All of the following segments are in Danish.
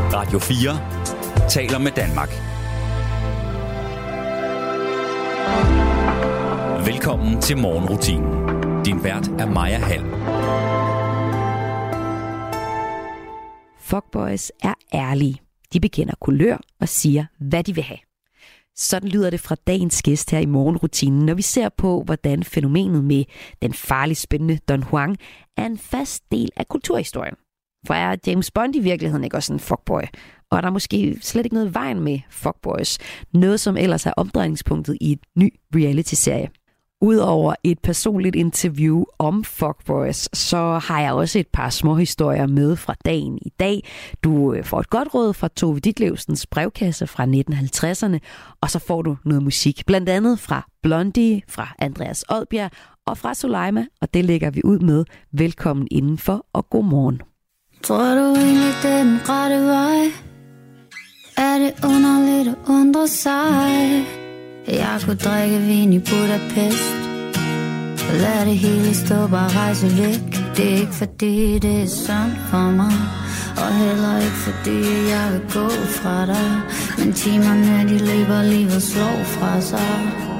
Radio 4 taler med Danmark. Velkommen til morgenrutinen. Din vært er Maja Hall. Fuckboys er ærlige. De bekender kulør og siger, hvad de vil have. Sådan lyder det fra dagens gæst her i morgenrutinen, når vi ser på, hvordan fænomenet med den farligt spændende Don Juan er en fast del af kulturhistorien. For er James Bond i virkeligheden ikke også en fuckboy? Og er der måske slet ikke noget i vejen med fuckboys? Noget, som ellers er omdrejningspunktet i et ny reality-serie. Udover et personligt interview om fuckboys, så har jeg også et par små historier med fra dagen i dag. Du får et godt råd fra Tove Ditlevsens brevkasse fra 1950'erne, og så får du noget musik, blandt andet fra Blondie, fra Andreas Odbjerg og fra Soleima, og det lægger vi ud med. Velkommen indenfor, og god morgen. Tror du egentlig, det er den rette vej? Er det underligt at undre sig? Jeg kunne drikke vin i Budapest og lad det hele stå, bare rejse væk. Det er ikke fordi det er sådan for mig, og heller ikke fordi jeg vil gå fra dig. Men timerne de løber, livet slår fra sig.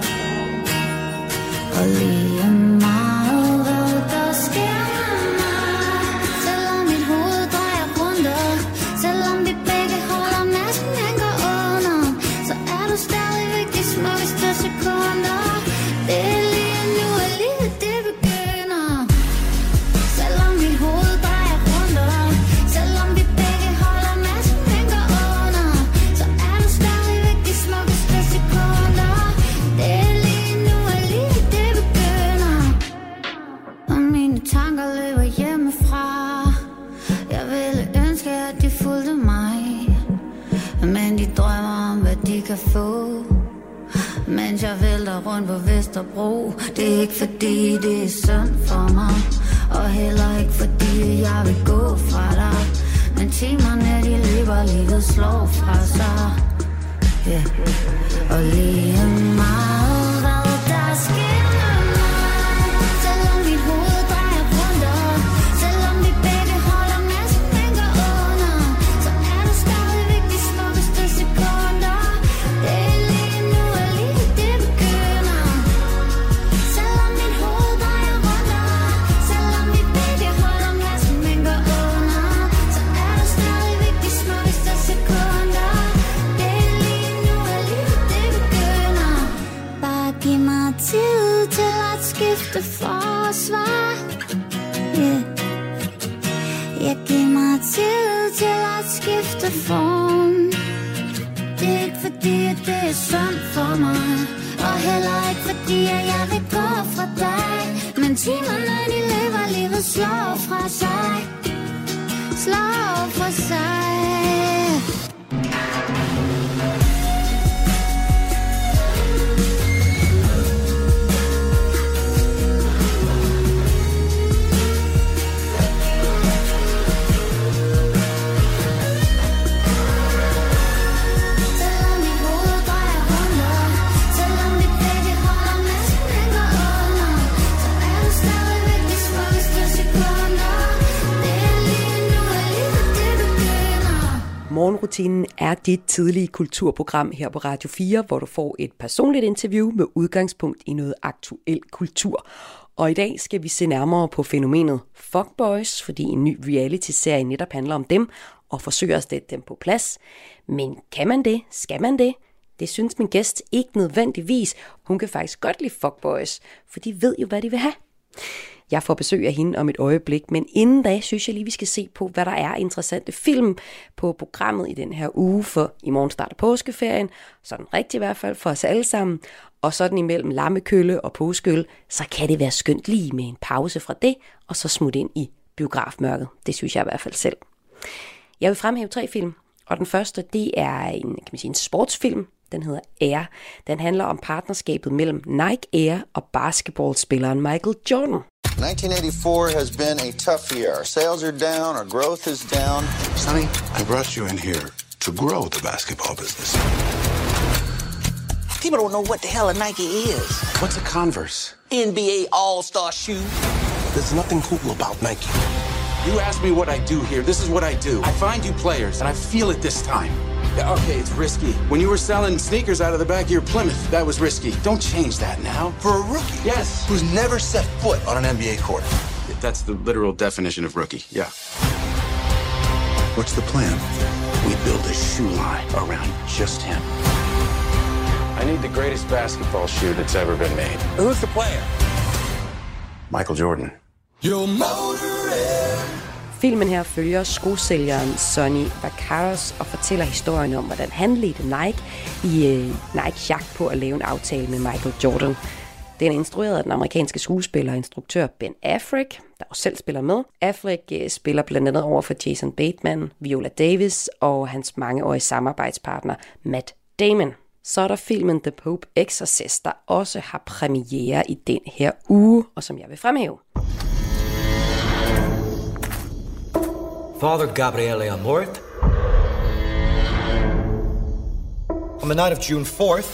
Og lige meget hvad der sker med mig, selvom mit hoved drejer rundt, og selvom vi begge holder masken hænger under, så er du stadigvæk de smukkeste sekunder. Det er lige nu, at livet det begynder. Selvom mit hoved drejer rundt, og selvom vi begge holder masken hænger under, så er du stadigvæk de smukkeste sekunder. Det er lige nu, at livet det begynder. Og mine tanker løber hjemmefra. Jeg ville ønske, at de fulgte mig, men de drømmer om, hvad de kan få, mens jeg vælter rundt på Vesterbro. Det er ikke fordi det er synd for mig, og heller ikke fordi jeg vil gå fra dig. Men timerne de løber, livet slår fra sig. Yeah. Og lige meget hvad der sker med mig, selvom mit hoved drejer rundt, og selvom vi begge holder masken hænger under, så er du stadigvæk de smukkeste sekunder. Det er lige nu, at livet det begynder. Selvom mit hoved drejer rundt, og selvom vi begge holder masken hænger under, så er du stadigvæk de smukkeste sekunder. Det er lige nu, at livet det begynder. Bare giv mig tid til at skifte forsvar. Yeah. Jeg giver mig tid til at skifte form. Det er ikke fordi, at det er sundt for mig, og heller ikke fordi, at jeg vil gå fra dig. Men timerne de lever, livet slår fra sig. Slår fra sig. Selvom mit hoved drejer rundt, og selvom vi begge holder masken hænger under, så er du stadigvæk de smukkeste sekunder. Det er lige nu, at livet det begynder. Morgenrutinen er dit tidlige kulturprogram her på Radio 4, hvor du får et personligt interview med udgangspunkt i noget aktuel kultur. Og i dag skal vi se nærmere på fænomenet fuckboys, fordi en ny reality-serie netop handler om dem, og forsøger at sætte dem på plads. Men kan man det? Skal man det? Det synes min gæst ikke nødvendigvis. Hun kan faktisk godt lide fuckboys, for de ved jo, hvad de vil have. Jeg får besøg af hende om et øjeblik, men inden da synes jeg lige, vi skal se på, hvad der er interessante film på programmet i den her uge, for i morgen starter påskeferien, sådan rigtigt i hvert fald for os alle sammen, og sådan imellem lammekølle og påskeøl, så kan det være skønt lige med en pause fra det, og så smutte ind i biografmørket. Det synes jeg i hvert fald selv. Jeg vil fremhæve 3 film, og den første, det er en sportsfilm. Den hedder Air. Den handler om partnerskabet mellem Nike Air og basketballspilleren Michael Jordan. 1984 has been a tough year. Our sales are down, our growth is down. Sonny, I brought you in here to grow the basketball business. People don't know what the hell a Nike is. What's a Converse? NBA All-Star shoe. There's nothing cool about Nike. You asked me what I do here. This is what I do. I find you players, and I feel it this time. Yeah, okay, it's risky. When you were selling sneakers out of the back of your Plymouth, that was risky. Don't change that now. For a rookie? Yes. Who's never set foot on an NBA court. That's the literal definition of rookie, yeah. What's the plan? We build a shoe line around just him. I need the greatest basketball shoe that's ever been made. Who's the player? Michael Jordan. Filmen her følger skosælgeren Sonny Vaccaro og fortæller historien om, hvordan han ledte Nike i Nikes jagt på at lave en aftale med Michael Jordan. Den er instrueret af den amerikanske skuespiller og instruktør Ben Affleck, der også selv spiller med. Affleck spiller blandt andet over for Jason Bateman, Viola Davis og hans mangeårige samarbejdspartner Matt Damon. Så er der filmen The Pope Exorcist, der også har premiere i den her uge, og som jeg vil fremhæve. Father Gabriele Amorth. On the night of June 4th,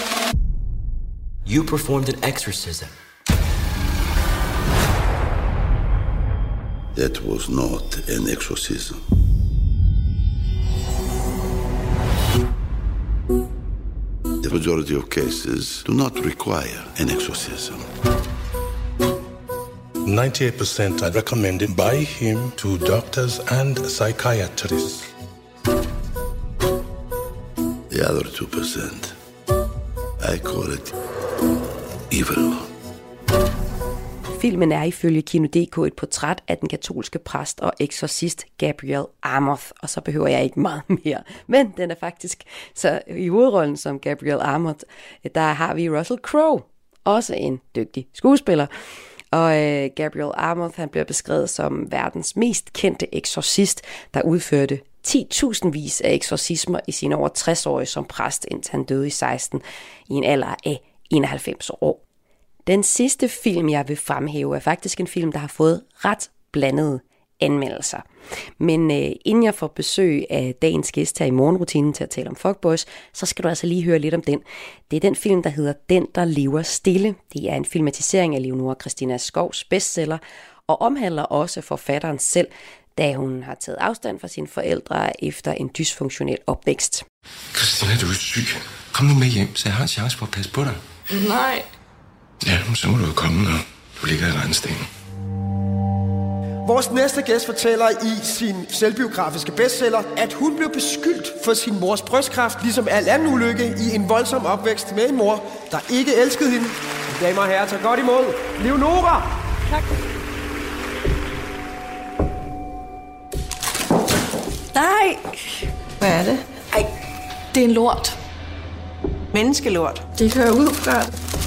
you performed an exorcism. That was not an exorcism. The majority of cases do not require an exorcism. 98% are recommended by him to doctors and psychiatrists. The other 2%, I call it evil. Filmen er ifølge Kino.dk et portræt af den katolske præst og eksorcist Gabriel Amorth, og så behøver jeg ikke meget mere. Men den er faktisk, så i hovedrollen som Gabriel Amorth, der har vi Russell Crowe, også en dygtig skuespiller. Og Gabriel Amorth, han bliver beskrevet som verdens mest kendte eksorcist, der udførte 10.000vis af eksorcismer i sine over 60 år som præst, indtil han døde i 16 i en alder af 91 år. Den sidste film, jeg vil fremhæve, er faktisk en film, der har fået ret blandede anmeldelser. Men inden jeg får besøg af dagens gæst her i morgenrutinen til at tale om Fuckboys, så skal du altså lige høre lidt om den. Det er den film, der hedder Den, der lever stille. Det er en filmatisering af Leonora Christina Skovs bestseller, og omhandler også forfatteren selv, da hun har taget afstand fra sine forældre efter en dysfunktionel opvækst. Christina, du er syg. Kom nu med hjem, så jeg har en chance for at passe på dig. Nej. Ja, så må du jo komme, når du ligger i regnstenen. Vores næste gæst fortæller i sin selvbiografiske bestseller, at hun blev beskyldt for sin mors brystkræft, ligesom al anden ulykke i en voldsom opvækst med en mor, der ikke elskede hende. Damer og herrer, tag godt imod Leonora! Tak. Nej! Hvad er det? Ej, Det er en lort. menneskelort. Det hører ud fra.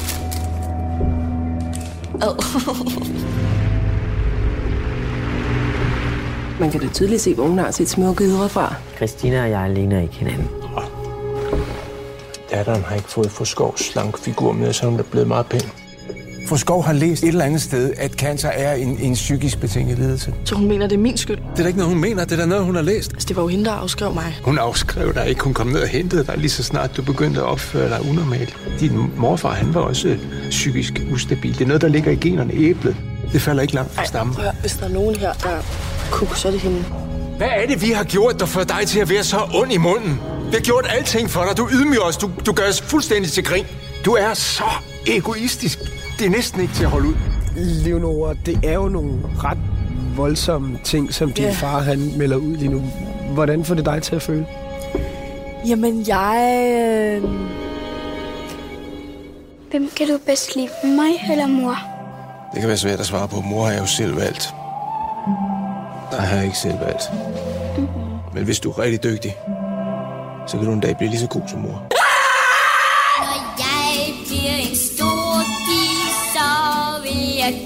Man kan da tydeligt se, hvor hun har sit smukke ydre fra. Christina og jeg ligner ikke hinanden. Datteren har ikke fået Fru Skovs slank figur med, så hun er blevet meget pæn. Fru Skov har læst et eller andet sted, at cancer er en psykisk betinget lidelse. Så hun mener, det er min skyld? Det er da ikke noget, hun mener. Det er da noget, hun har læst. Altså, det var jo hende, der afskrev mig. Hun afskrev dig ikke. Hun kom ned og hentede dig lige så snart du begyndte at opføre dig unormalt. Din morfar, han var også psykisk ustabil. Det er noget, der ligger i generne æblet. Det falder ikke langt fra stammen. Prøv, hvis der er nogen her, der kunne, så er det hende. Hvad er det, vi har gjort, der får dig til at være så ond i munden? Vi har gjort alting for dig. Du ydmyger os. Du gør os fuldstændig til grin. Du er så egoistisk. Det er næsten ikke til at holde ud. Leonora, det er jo nogle ret voldsomme ting, som din far han melder ud lige nu. Hvordan får det dig til at føle? Jamen, Hvem kan du bedst lide, mig eller mor? Det kan være svært at svare på. Mor har jeg jo selv valgt. Der har jeg ikke selv valgt. Men hvis du er rigtig dygtig, så kan du en dag blive lige så god som mor. Når jeg bliver en stor pige, så vil jeg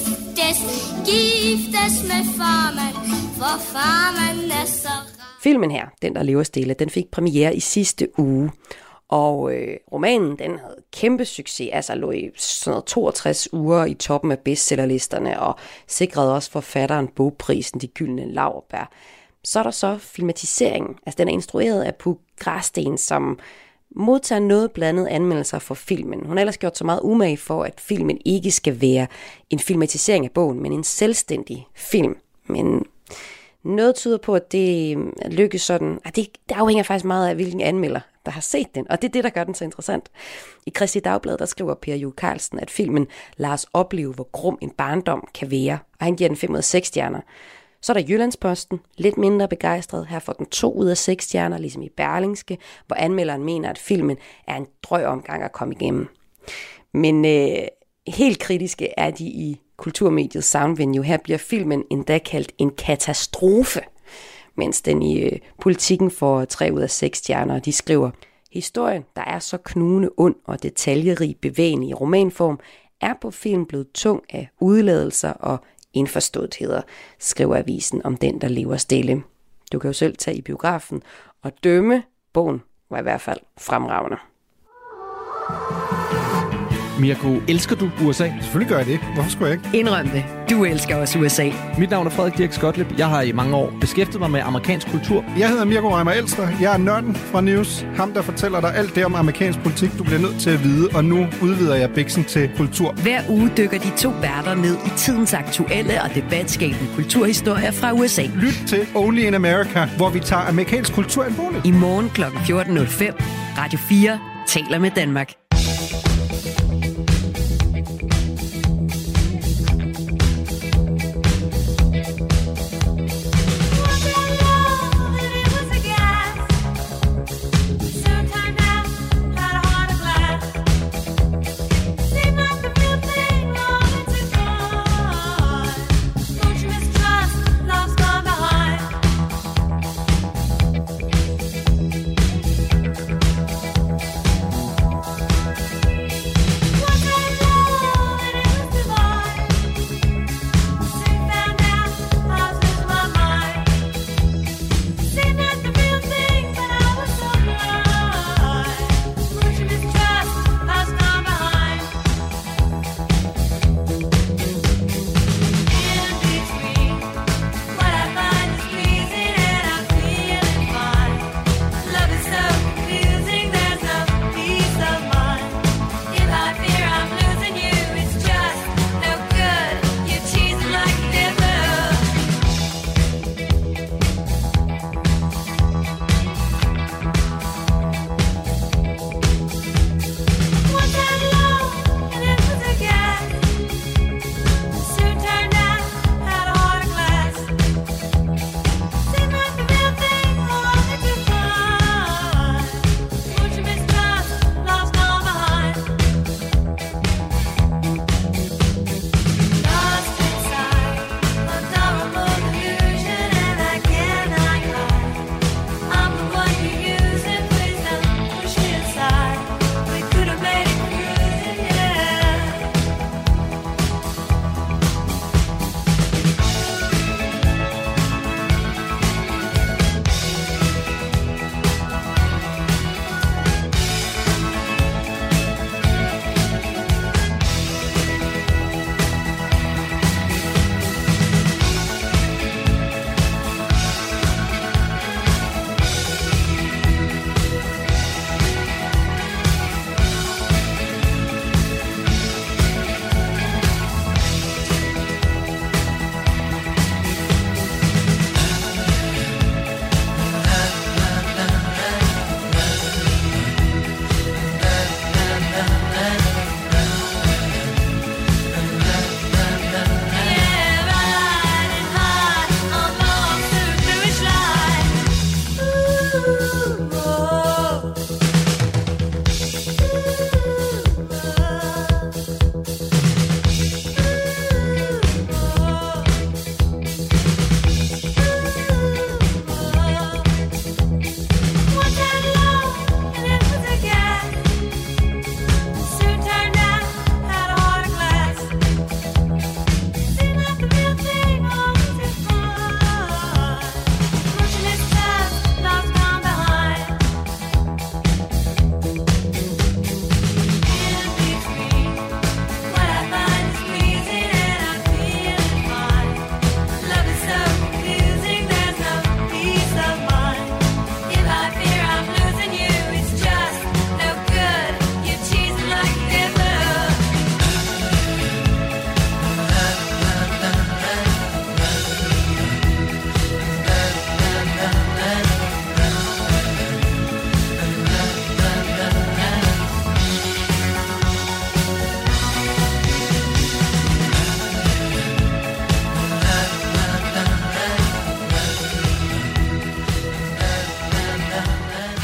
giftes med farmand, for farmand er så rar. Filmen her, Den, der lever stille, den fik premiere i sidste uge. Og romanen, den havde kæmpe succes, altså lå i sådan noget 62 uger i toppen af bestsellerlisterne, og sikrede også forfatteren bogprisen De Gyldne Laurbær. Så er der så filmatiseringen, altså den er instrueret af Puk Græsten, som modtager noget blandet anmeldelser for filmen. Hun har ellers gjort så meget umage for, at filmen ikke skal være en filmatisering af bogen, men en selvstændig film. Men Noget tyder på, at det lykkes sådan, at det afhænger faktisk meget af, hvilken anmelder, der har set den, og det er det, der gør den så interessant. I Kristi Dagblad, der skriver Per Juel Carlsen, at filmen lader os opleve, hvor grum en barndom kan være, og han giver den 5 ud af 6 stjerner. Så er der Jyllandsposten, lidt mindre begejstret. Her får den 2 ud af 6 stjerner, ligesom i Berlingske, hvor anmelderen mener, at filmen er en drøg omgang at komme igennem. Men helt kritiske er de i kulturmediet Soundvenue. Her bliver filmen endda kaldt en katastrofe, mens den i Politikken får 3 ud af 6 stjerner. De skriver, historien, der er så knugende ond og detaljerig bevægende i romanform, er på film blevet tung af udladelser og indforståetheder, skriver avisen om den, der lever stille. Du kan jo selv tage i biografen og dømme. Bogen var i hvert fald fremragende. Mirko, elsker du USA? Selvfølgelig gør jeg det. Hvorfor skulle jeg ikke? Indrøm det. Du elsker også USA. Mit navn er Frederik Dirk Skotleb. Jeg har i mange år beskæftiget mig med amerikansk kultur. Jeg hedder Mirko Reimer Elster. Jeg er nørden fra News. Ham, der fortæller dig alt det om amerikansk politik, du bliver nødt til at vide. Og nu udvider jeg biksen til kultur. Hver uge dykker de 2 værter ned i tidens aktuelle og debatskabende kulturhistorier fra USA. Lyt til Only in America, hvor vi tager amerikansk kultur alvorligt. I morgen kl. 14.05. Radio 4 taler med Danmark.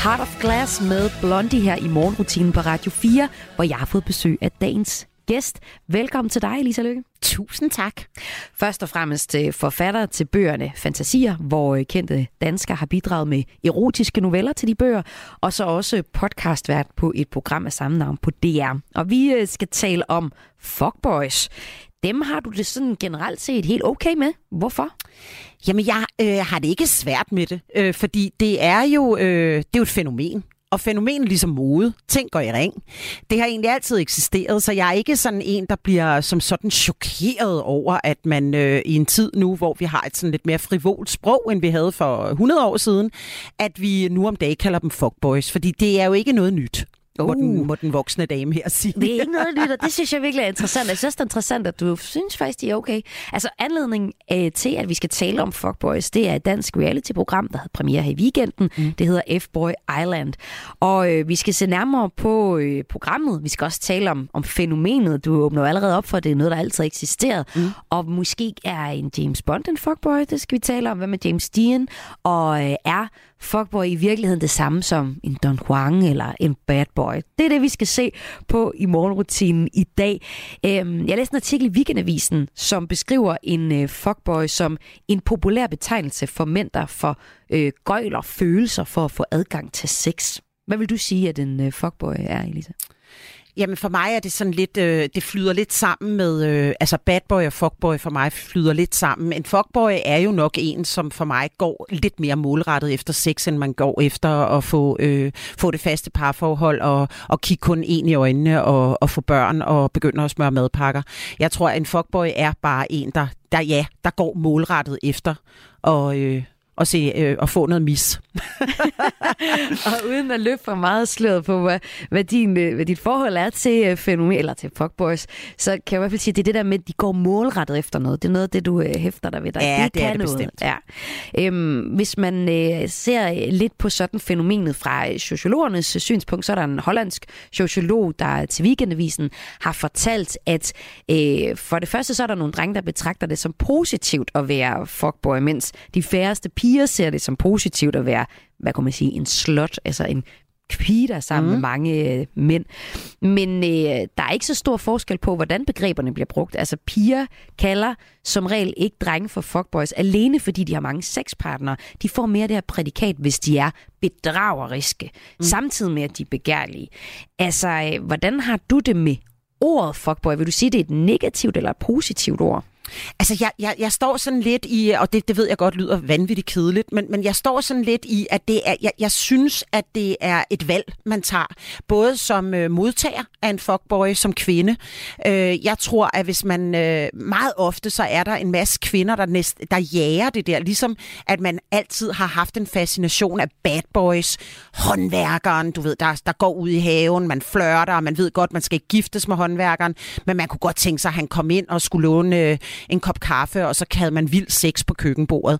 Heart of Glass med Blondie her i morgenrutinen på Radio 4, hvor jeg har fået besøg af dagens gæst. Velkommen til dig, Lisa Lykke. Tusind tak. Først og fremmest forfatter til bøgerne Fantasier, hvor kendte danskere har bidraget med erotiske noveller til de bøger, og så også podcastvært på et program af samme navn på DR. Og vi skal tale om fuckboys. Dem har du det sådan generelt set helt okay med. Hvorfor? Jamen, jeg har det ikke svært med det, fordi det er jo et fænomen. Og fænomen ligesom mode. Ting går i ring. Det har egentlig altid eksisteret, så jeg er ikke sådan en, der bliver som sådan chokeret over, at man i en tid nu, hvor vi har et sådan lidt mere frivolt sprog, end vi havde for 100 år siden, at vi nu om dagen kalder dem fuckboys, fordi det er jo ikke noget nyt. Må den voksne dame her sige. Det er ikke noget nyt, og det synes jeg virkelig er interessant. Jeg synes, det er interessant, at du synes faktisk, det er okay. Altså, anledningen til, at vi skal tale om fuckboys, det er et dansk reality-program, der havde premiere her i weekenden. Det hedder F-Boy Island. Og vi skal se nærmere på programmet. Vi skal også tale om fænomenet. Du åbner jo allerede op for, at det er noget, der altid har eksisteret. Og måske er en James Bond en fuckboy. Det skal vi tale om. Hvad med James Dean? Og er fuckboy i virkeligheden det samme som en Don Juan eller en bad boy? Det er det, vi skal se på i morgenrutinen i dag. Jeg læste en artikel i Weekendavisen, som beskriver en fuckboy som en populær betegnelse for mænd, der får gøjler følelser for at få adgang til sex. Hvad vil du sige, at en fuckboy er, Elisa? Jamen for mig er det sådan lidt, det flyder lidt sammen med, altså bad boy og fuckboy for mig flyder lidt sammen. En fuckboy er jo nok en, som for mig går lidt mere målrettet efter sex, end man går efter at få det faste parforhold og kigge kun en i øjnene og få børn og begynder at smøre madpakker. Jeg tror, at en fuckboy er bare en, der går målrettet efter og få noget mis. Og uden at løbe for meget sløret på, hvad dit forhold er til fænomen, eller til fuckboys, så kan jeg i hvert fald sige, at det er det der med, at de går målrettet efter noget. Det er noget af det, du hæfter dig ved dig. Ja, det er det noget. bestemt. Ja. Hvis man ser lidt på sådan fænomenet fra sociologernes synspunkt, så er der en hollandsk sociolog, der til Weekendavisen har fortalt, at for det første, så er der nogle drenge, der betragter det som positivt at være fuckboy, mens de færreste piger ser det som positivt at være, hvad kan man sige, en slut, altså en pige, der er sammen med mange mænd. Men der er ikke så stor forskel på, hvordan begreberne bliver brugt. Altså piger kalder som regel ikke drenge for fuckboys, alene fordi de har mange sexpartnere. De får mere det her prædikat, hvis de er bedrageriske, samtidig med, at de er begærlige. Altså, hvordan har du det med ordet fuckboy? Vil du sige, det er et negativt eller et positivt ord? Altså, jeg står sådan lidt i, og det ved jeg godt lyder vanvittigt kedeligt, men jeg står sådan lidt i, at det er, jeg synes, at det er et valg, man tager. Både som modtager af en fuckboy, som kvinde. Jeg tror, at hvis man meget ofte, så er der en masse kvinder, der jager det der. Ligesom, at man altid har haft en fascination af bad boys, håndværkeren, du ved, der går ud i haven, man flirter, og man ved godt, man skal ikke giftes med håndværkeren, men man kunne godt tænke sig, at han kom ind og skulle låne en kop kaffe, og så havde man vild sex på køkkenbordet.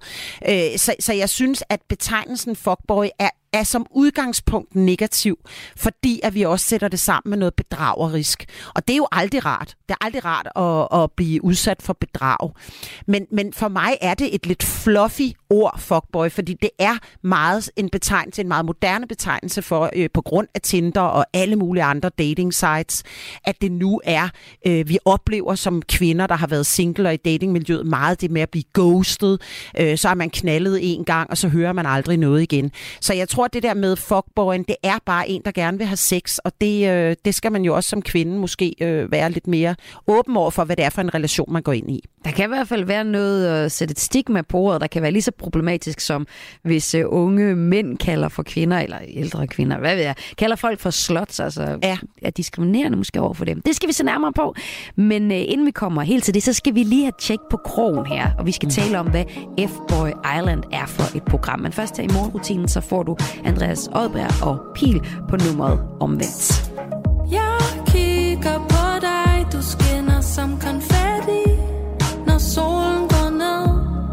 Så jeg synes, at betegnelsen fuckboy er som udgangspunkt negativ, fordi at vi også sætter det sammen med noget bedragerisk. Og det er jo aldrig rart. Det er aldrig rart at blive udsat for bedrag. Men for mig er det et lidt fluffy ord, fuckboy, fordi det er meget en betegnelse, en meget moderne betegnelse for, på grund af Tinder og alle mulige andre dating sites, at det nu er, vi oplever som kvinder, der har været single og i datingmiljøet, meget det med at blive ghostet. Så er man knaldet en gang, og så hører man aldrig noget igen. Så jeg tror, det der med fuckboyen, det er bare en, der gerne vil have sex, og det skal man jo også som kvinde måske være lidt mere åben over for, hvad det er for en relation, man går ind i. Der kan i hvert fald være noget at sætte et stigma på ordet, der kan være lige så problematisk som hvis unge mænd kalder for kvinder, eller ældre kvinder, hvad ved jeg, kalder folk for sluts, altså er diskriminerende måske over for dem. Det skal vi se nærmere på, men inden vi kommer helt til det, så skal vi lige have tjek på krogen her, og vi skal tale om, hvad F-Boy Island er for et program. Men først her i morgenrutinen, så får du Andreas Odberg og Pil på nummeret Omvendt. Jeg kigger på dig, du skinner som konfetti, når solen går ned.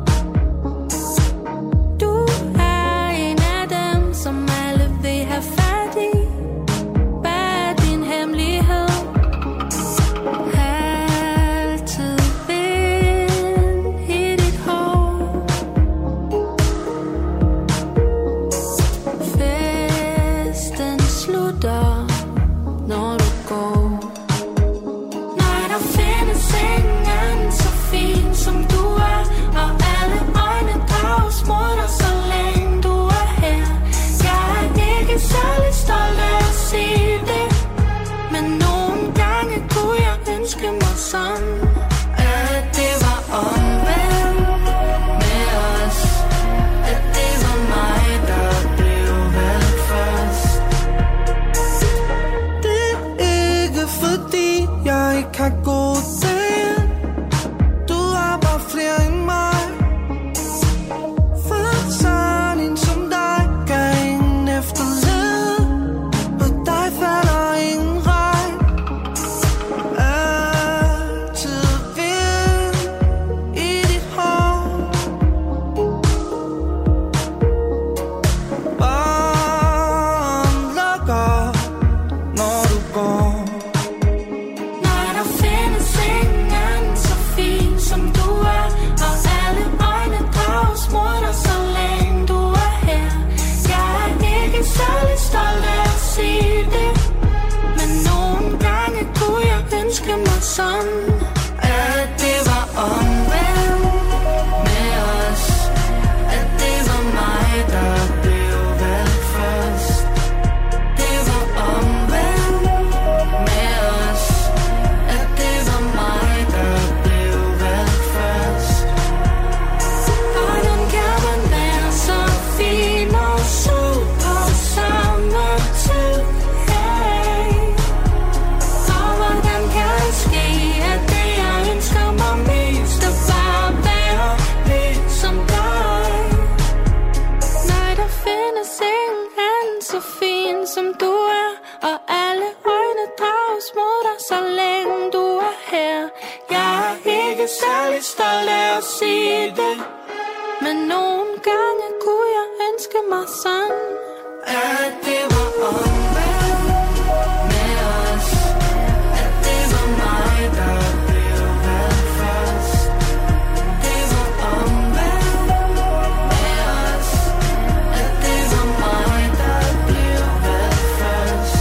Du er en af dem, som alle vil have fat i. Hvad er din hemmelighed? Altid vind i dit hår. Fælles at sige det, men nogle gange kunne jeg ønske mig sådan, at det var omvendt med os, at det var mig, der blev valgt først. Det var omvendt med os, at det var mig, der blev valgt først.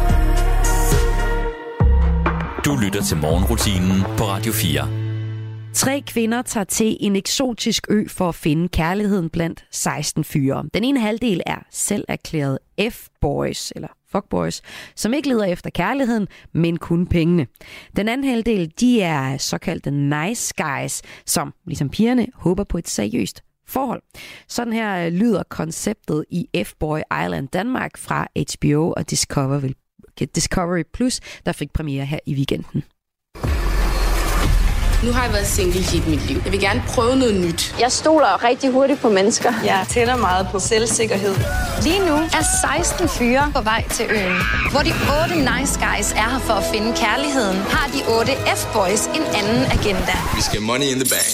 Du lytter til morgenrutinen på Radio 4. 3 kvinder tager til en eksotisk ø for at finde kærligheden blandt 16 fyre. Den ene halvdel er selv erklæret F-boys, eller fuckboys, som ikke leder efter kærligheden, men kun pengene. Den anden halvdel, de er såkaldte nice guys, som ligesom pigerne håber på et seriøst forhold. Sådan her lyder konceptet i F-Boy Island Danmark fra HBO og Discovery Plus, der fik premiere her i weekenden. Nu har jeg været single hele mit liv. Jeg vil gerne prøve noget nyt. Jeg stoler rigtig hurtigt på mennesker. Jeg tænder meget på selvsikkerhed. Lige nu er 16 fyre på vej til øen. Hvor de 8 nice guys er her for at finde kærligheden, har de 8 F-boys en anden agenda. Vi skal money in the bank.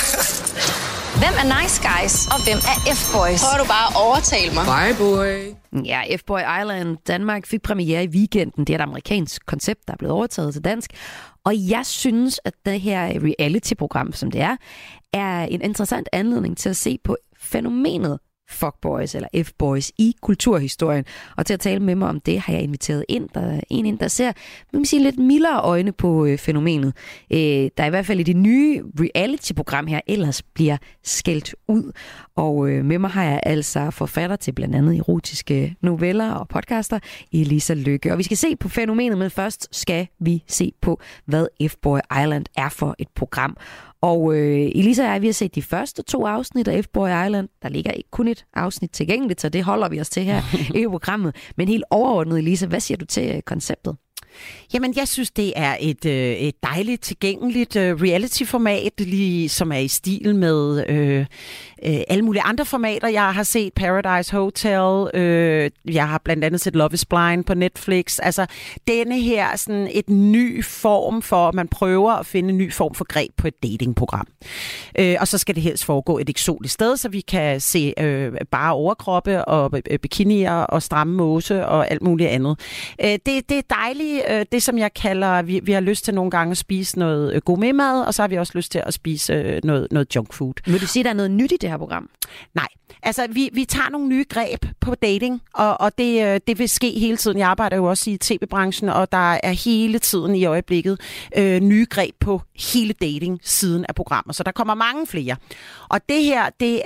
Hvem er nice guys, og hvem er F-boys? Prøver du bare at overtale mig? Bye, boy. Ja, F-Boy Island Danmark fik premiere i weekenden. Det er et amerikansk koncept, der er blevet overtaget til dansk. Og jeg synes, at det her reality-program, som det er en interessant anledning til at se på fænomenet fuckboys eller F-boys i kulturhistorien. Og til at tale med mig om det, har jeg inviteret en, der ser lidt mildere øjne på fænomenet. Der i hvert fald i det nye reality-program her ellers bliver skældt ud. Og med mig har jeg altså forfatter til blandt andet erotiske noveller og podcaster, Elisa Lykke. Og vi skal se på fænomenet, men først skal vi se på, hvad F-Boy Island er for et program. Og Elisa og jeg, vi har set de første 2 afsnit af F-Boy Island. Der ligger ikke kun et afsnit tilgængeligt, så det holder vi os til her i programmet. Men helt overordnet, Elisa, hvad siger du til konceptet? Jamen, jeg synes, det er et dejligt, tilgængeligt reality-format, som er i stil med alle mulige andre formater. Jeg har set Paradise Hotel, jeg har blandt andet set Love is Blind på Netflix. Altså, denne her sådan et ny form for, at man prøver at finde en ny form for greb på et datingprogram. Og så skal det helst foregå et eksotisk sted, så vi kan se bare overkroppe og bikinier og stramme måse og alt muligt andet. Det er dejligt. Det, som jeg kalder, vi har lyst til nogle gange at spise noget gourmetmad, og så har vi også lyst til at spise noget junk food. Vil du sige, der er noget nyt i det her program? Nej. Altså, vi tager nogle nye greb på dating, og det vil ske hele tiden. Jeg arbejder jo også i tv-branchen, og der er hele tiden i øjeblikket nye greb på hele dating-siden af programmer. Så der kommer mange flere. Og det her, der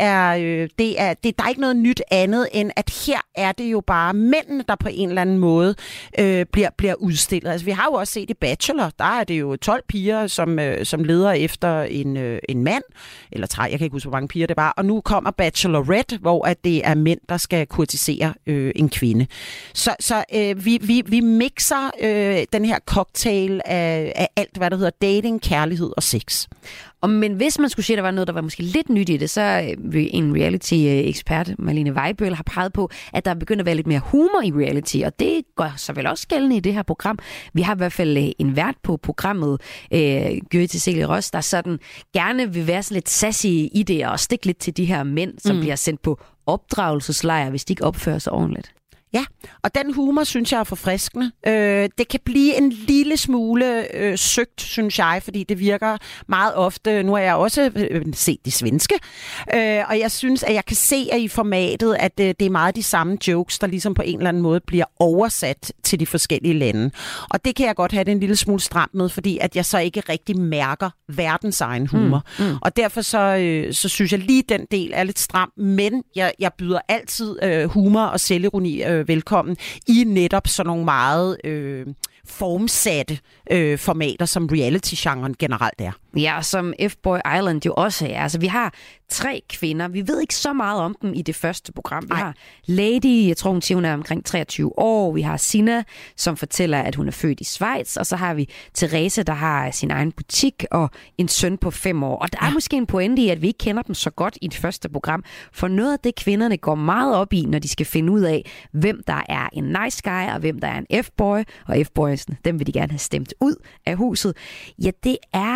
er ikke noget nyt andet, end at her er det jo bare mændene, der på en eller anden måde bliver udstillet. Altså, vi har jo også set i Bachelor, der er det jo 12 piger, som leder efter en mand, eller 3, jeg kan ikke huske, hvor mange piger det var, og nu kommer Bachelorette, hvor at det er mænd, der skal kurtisere en kvinde. Så vi mixer den her cocktail af alt, hvad der hedder dating, kærlighed og sex. Men hvis man skulle sige, at der var noget, der var måske lidt nyt i det, så en reality-ekspert, Malene Weibøl, har peget på, at der er begyndt at være lidt mere humor i reality, og det gør så vel også gældende i det her program. Vi har i hvert fald en vært på programmet, Gyri Cecilie Ross, der sådan gerne vil være sådan lidt sassy i det, og stikke lidt til de her mænd, som bliver sendt på opdragelseslejr, hvis de ikke opfører sig ordentligt. Ja, og den humor, synes jeg, er forfriskende. Det kan blive en lille smule søgt, synes jeg, fordi det virker meget ofte. Nu har jeg også set de svenske, og jeg synes, at jeg kan se at i formatet, at det er meget de samme jokes, der ligesom på en eller anden måde bliver oversat til de forskellige lande. Og det kan jeg godt have det en lille smule stramt med, fordi at jeg så ikke rigtig mærker verdens egen humor. Og derfor så synes jeg lige, den del er lidt stram, men jeg byder altid humor og selvironi velkommen i netop sådan nogle meget formsatte formater, som reality-genren generelt er. Ja, som F-Boy Island jo også er. Altså, vi har 3 kvinder. Vi ved ikke så meget om dem i det første program. Vi har Lady, jeg tror hun siger, hun er omkring 23 år. Vi har Sina, som fortæller, at hun er født i Schweiz. Og så har vi Therese, der har sin egen butik og en søn på 5 år. Og der er måske en pointe i, at vi ikke kender dem så godt i det første program. For noget af det, kvinderne går meget op i, når de skal finde ud af, hvem der er en nice guy, og hvem der er en F-boy. Og F-boysene, dem vil de gerne have stemt ud af huset. Ja, det er, at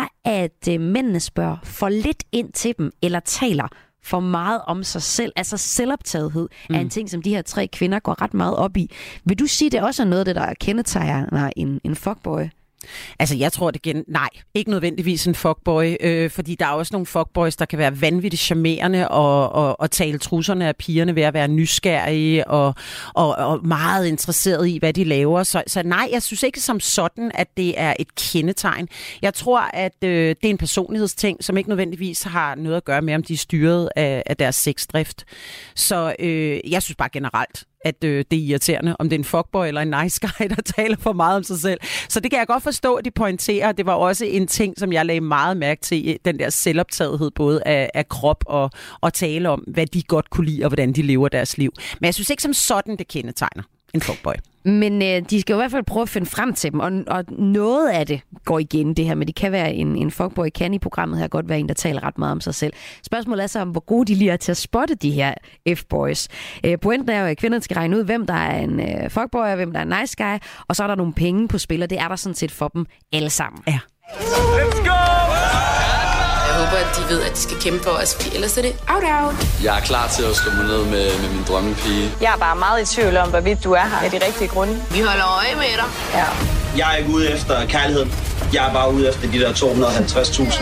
at mændene spørger for lidt ind til dem, eller taler for meget om sig selv. Altså selvoptagethed er en ting, som de her 3 kvinder går ret meget op i. Vil du sige, det også er noget af det, der kendetegner en fuckboy? Altså, jeg tror det nej, ikke nødvendigvis en fuckboy, fordi der er også nogle fuckboys, der kan være vanvittigt charmerende og tale trusserne af pigerne ved at være nysgerrige og meget interesseret i, hvad de laver. Så nej, jeg synes ikke som sådan, at det er et kendetegn. Jeg tror, at det er en personlighedsting, som ikke nødvendigvis har noget at gøre med, om de er styret af deres sexdrift. Så jeg synes bare generelt, at det er irriterende, om det er en fuckboy eller en nice guy, der taler for meget om sig selv. Så det kan jeg godt forstå, at de pointerer. Det var også en ting, som jeg lagde meget mærke til, den der selvoptagethed, både af krop og tale om, hvad de godt kunne lide, og hvordan de lever deres liv. Men jeg synes ikke som sådan, det kendetegner en fuckboy. Men de skal jo i hvert fald prøve at finde frem til dem, og noget af det går igen, det her, men det kan være en fuckboy, kan i programmet her godt være en, der taler ret meget om sig selv. Spørgsmålet er så om, hvor gode de lige er til at spotte de her F-boys. Pointen er jo, at kvinderne skal regne ud, hvem der er en fuckboy, og hvem der er en nice guy, og så er der nogle penge på spil, og det er der sådan set for dem alle sammen. Ja. Let's go! Jeg håber, at de ved, at de skal kæmpe for os, fordi ellers er det out. Jeg er klar til at slå mig ned med min drømmepige. Jeg er bare meget i tvivl om, hvorvidt du er her af de rigtige grunde. Vi holder øje med dig. Ja. Jeg er ikke ude efter kærligheden. Jeg er bare ude efter de der 250.000.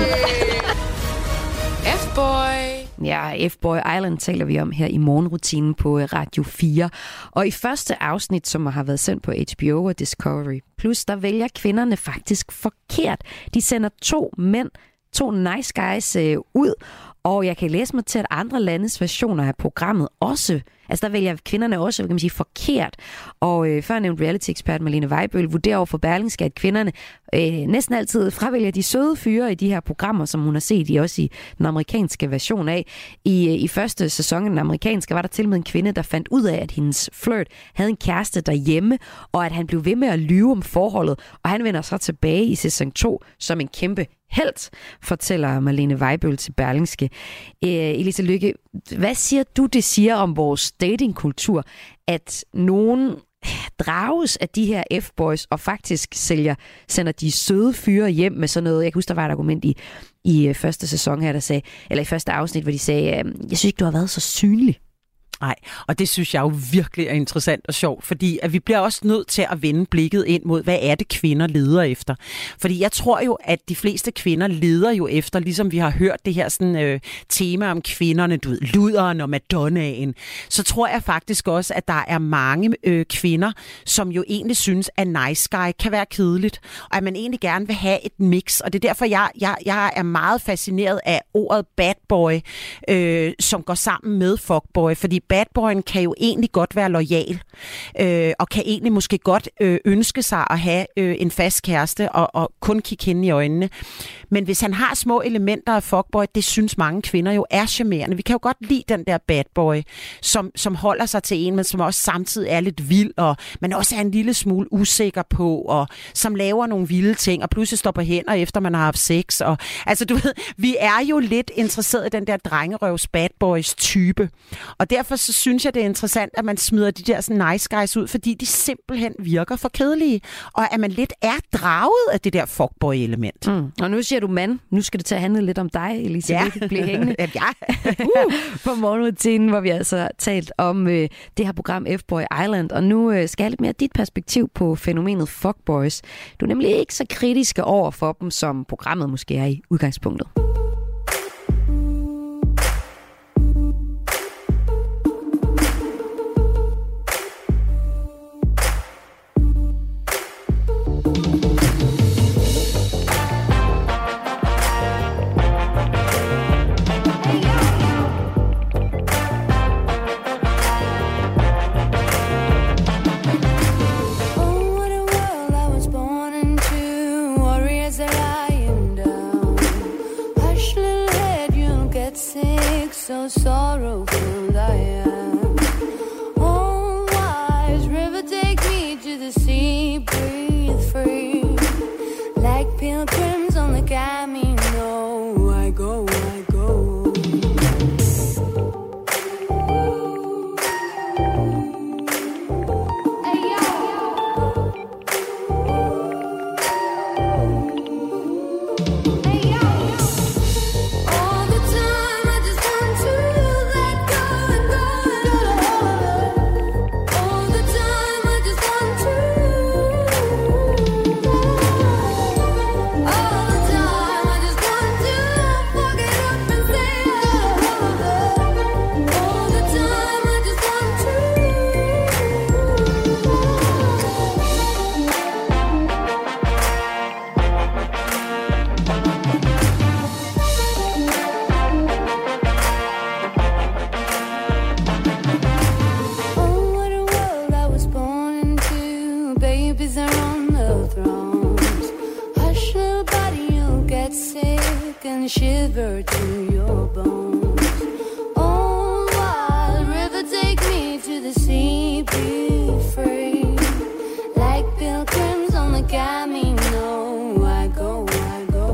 F-boy. Ja, F-Boy Island taler vi om her i morgenrutinen på Radio 4. Og i første afsnit, som har været sendt på HBO og Discovery Plus, der vælger kvinderne faktisk forkert. De sender 2 mænd, 2 nice guys ud, og jeg kan læse mig til, at andre landes versioner af programmet også, altså der vælger kvinderne også, kan man sige, forkert. Og før nævnt reality-ekspert Malene Weibøl vurderer over for Berlingske, at kvinderne næsten altid fravælger de søde fyre i de her programmer, som hun har set i også i den amerikanske version af. I første sæson af den amerikanske var der til med en kvinde, der fandt ud af, at hendes flirt havde en kæreste derhjemme, og at han blev ved med at lyve om forholdet, og han vender så tilbage i sæson 2 som en kæmpe helt, fortæller Malene Weibøl til Berlingske. Elisa Lykke, hvad siger du, det siger om vores datingkultur, at nogen drages af de her F-boys og faktisk sender de søde fyre hjem med sådan noget? Jeg kan huske, der var et argument i første sæson her, der sagde, eller i første afsnit, hvor de sagde, jeg synes ikke, du har været så synlig. Nej, og det synes jeg jo virkelig er interessant og sjovt, fordi at vi bliver også nødt til at vende blikket ind mod, hvad er det, kvinder leder efter? Fordi jeg tror jo, at de fleste kvinder leder jo efter, ligesom vi har hørt det her sådan, tema om kvinderne, du ved, luderen og madonnaen, så tror jeg faktisk også, at der er mange kvinder, som jo egentlig synes, at nice guy kan være kedeligt, og at man egentlig gerne vil have et mix, og det er derfor, jeg er meget fascineret af ordet bad boy, som går sammen med fuckboy, fordi badboyen kan jo egentlig godt være loyal, og kan egentlig måske godt ønske sig at have en fast kæreste og kun kigge hende i øjnene. Men hvis han har små elementer af fuckboy, det synes mange kvinder jo er charmerende. Vi kan jo godt lide den der badboy, som holder sig til en, men som også samtidig er lidt vild, og man også er en lille smule usikker på, og som laver nogle vilde ting, og pludselig står på hænder, efter man har haft sex. Og, altså du ved, vi er jo lidt interesseret i den der drengerøvs badboys type. Og derfor så synes jeg, det er interessant, at man smider de der sådan nice guys ud, fordi de simpelthen virker for kedelige, og at man lidt er draget af det der fuckboy-element. Og nu siger du mand. Nu skal det til at handle lidt om dig, Elisa. Ja. Det kan blive hængende. Ja. På morgenrutinen, hvor vi altså har talt om det her program F-Boy Island, og nu skal jeg lidt mere dit perspektiv på fænomenet fuckboys. Du er nemlig ikke så kritiske over for dem, som programmet måske er i udgangspunktet. and shiver to your bones. Oh, wild river, take me to the sea, be free. Like pilgrims on the Camino, I go, I go.